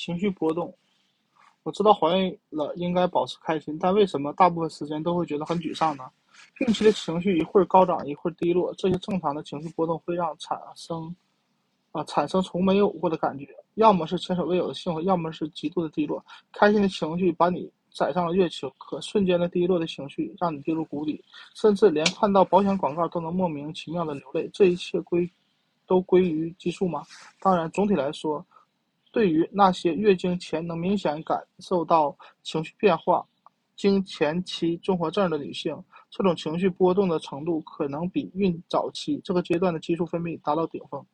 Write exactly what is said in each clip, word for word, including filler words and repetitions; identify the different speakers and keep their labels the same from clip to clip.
Speaker 1: 情绪波动。我知道怀孕了应该保持开心，但为什么大部分时间都会觉得很沮丧呢？孕期的情绪一会儿高涨，一会儿低落，这些正常的情绪波动会让产生啊、产生从没有过的感觉，要么是前所未有的兴奋，要么是极度的低落。开心的情绪把你载上了月球，可瞬间的低落的情绪让你跌入谷底，甚至连看到保险广告都能莫名其妙的流泪。这一切归都归于激素吗？当然，总体来说，对于那些月经前能明显感受到情绪变化、经前期综合症的女性，这种情绪波动的程度可能比孕早期这个阶段的激素分泌达到顶峰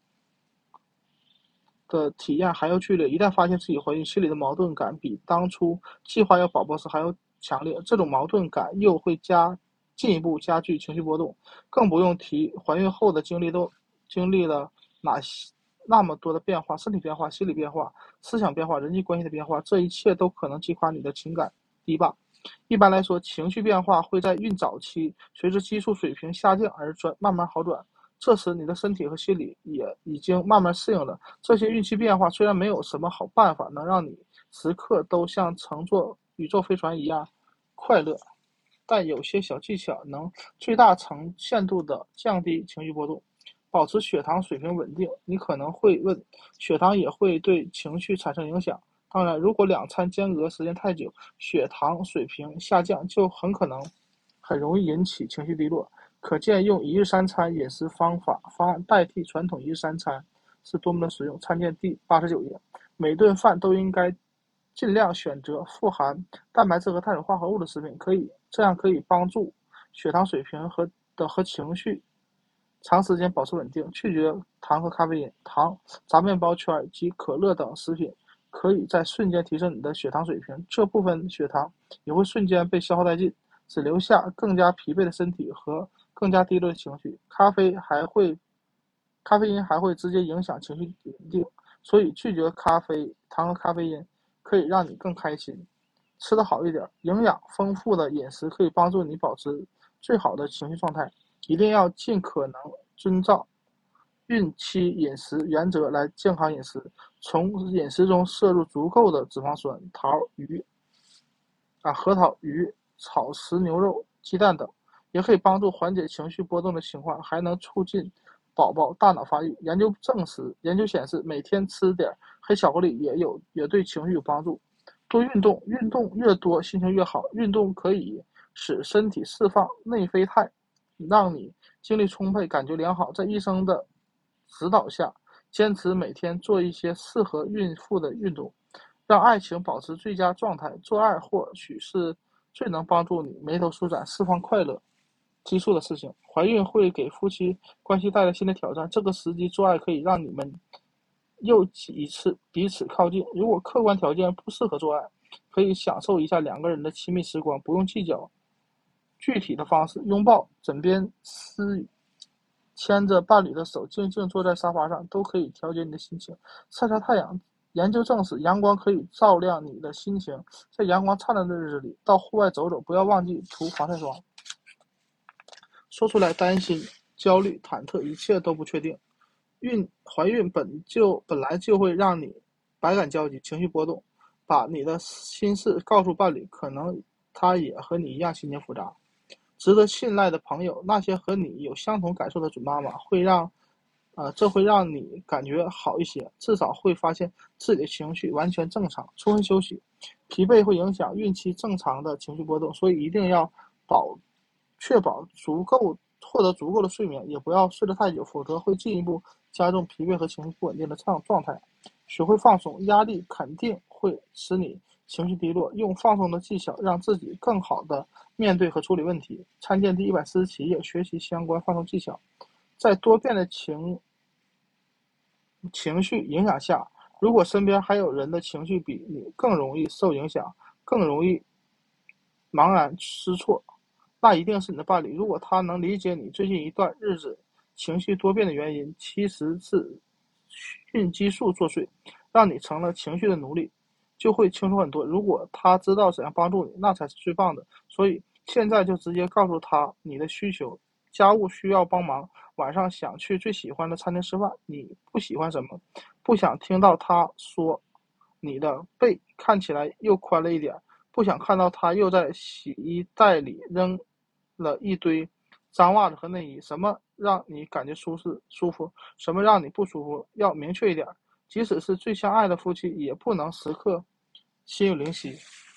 Speaker 1: 的体验还要剧烈。一旦发现自己怀孕，心里的矛盾感比当初计划要宝宝时还要强烈，这种矛盾感又会加进一步加剧情绪波动。更不用提怀孕后的经历都经历了哪些那么多的变化，身体变化、心理变化、思想变化、人际关系的变化，这一切都可能击垮你的情感堤坝。一般来说，情绪变化会在孕早期随着激素水平下降而转慢慢好转，这时你的身体和心理也已经慢慢适应了这些孕期变化。虽然没有什么好办法能让你时刻都像乘坐宇宙飞船一样快乐，但有些小技巧能最大程限度地降低情绪波动，保持血糖水平稳定。你可能会问，血糖也会对情绪产生影响？当然，如果两餐间隔时间太久，血糖水平下降，就很可能很容易引起情绪低落。可见用一日三餐饮食方法方案代替传统一日三餐是多么的实用，参见第八十九页。每顿饭都应该尽量选择富含蛋白质和碳水化合物的食品，可以这样可以帮助血糖水平和的和情绪长时间保持稳定。拒绝糖和咖啡因、糖、炸面包圈及可乐等食品可以在瞬间提升你的血糖水平，这部分血糖也会瞬间被消耗殆尽，只留下更加疲惫的身体和更加低落的情绪。咖啡还会咖啡因还会直接影响情绪稳定，所以拒绝咖啡、糖和咖啡因可以让你更开心。吃得好一点，营养丰富的饮食可以帮助你保持最好的情绪状态。一定要尽可能遵照孕期饮食原则来健康饮食，从饮食中摄入足够的脂肪酸，桃、鱼啊、核桃、鱼、草食牛肉、鸡蛋等，也可以帮助缓解情绪波动的情况，还能促进宝宝大脑发育。研究证实，研究显示，每天吃点黑巧克力也有也对情绪有帮助。多运动，运动越多，心情越好。运动可以使身体释放内啡肽，让你精力充沛，感觉良好。在医生的指导下，坚持每天做一些适合孕妇的运动，让爱情保持最佳状态。做爱或许是最能帮助你眉头舒展、释放快乐激素的事情。怀孕会给夫妻关系带来新的挑战，这个时机做爱可以让你们又一次彼此靠近。如果客观条件不适合做爱，可以享受一下两个人的亲密时光，不用计较具体的方式。拥抱、枕边私语、牵着伴侣的手，静静坐在沙发上，都可以调节你的心情。晒晒太阳，研究证实，阳光可以照亮你的心情。在阳光灿烂的日子里，到户外走走，不要忘记涂防晒霜。说出来担心、焦虑、忐忑，一切都不确定。孕怀孕本就本来就会让你百感交集、情绪波动，把你的心事告诉伴侣，可能他也和你一样心情复杂。值得信赖的朋友，那些和你有相同感受的准妈妈，会让，呃，这会让你感觉好一些，至少会发现自己的情绪完全正常。充分休息，疲惫会影响孕期正常的情绪波动，所以一定要保确保足够获得足够的睡眠，也不要睡得太久，否则会进一步加重疲惫和情绪不稳定的状状态。学会放松，压力肯定会使你情绪低落，用放松的技巧让自己更好的面对和处理问题。参见第一百四十七页，学习相关放松技巧。在多变的情情绪影响下，如果身边还有人的情绪比你更容易受影响，更容易茫然失措，那一定是你的伴侣。如果他能理解你最近一段日子情绪多变的原因，其实是孕激素作祟，让你成了情绪的奴隶，就会轻松很多。如果他知道怎样帮助你，那才是最棒的。所以现在就直接告诉他你的需求，家务需要帮忙，晚上想去最喜欢的餐厅吃饭，你不喜欢什么，不想听到他说你的背看起来又宽了一点，不想看到他又在洗衣袋里扔了一堆脏袜子和内衣。什么让你感觉舒适舒服，什么让你不舒服，要明确一点。即使是最相爱的夫妻，也不能时刻心有灵犀。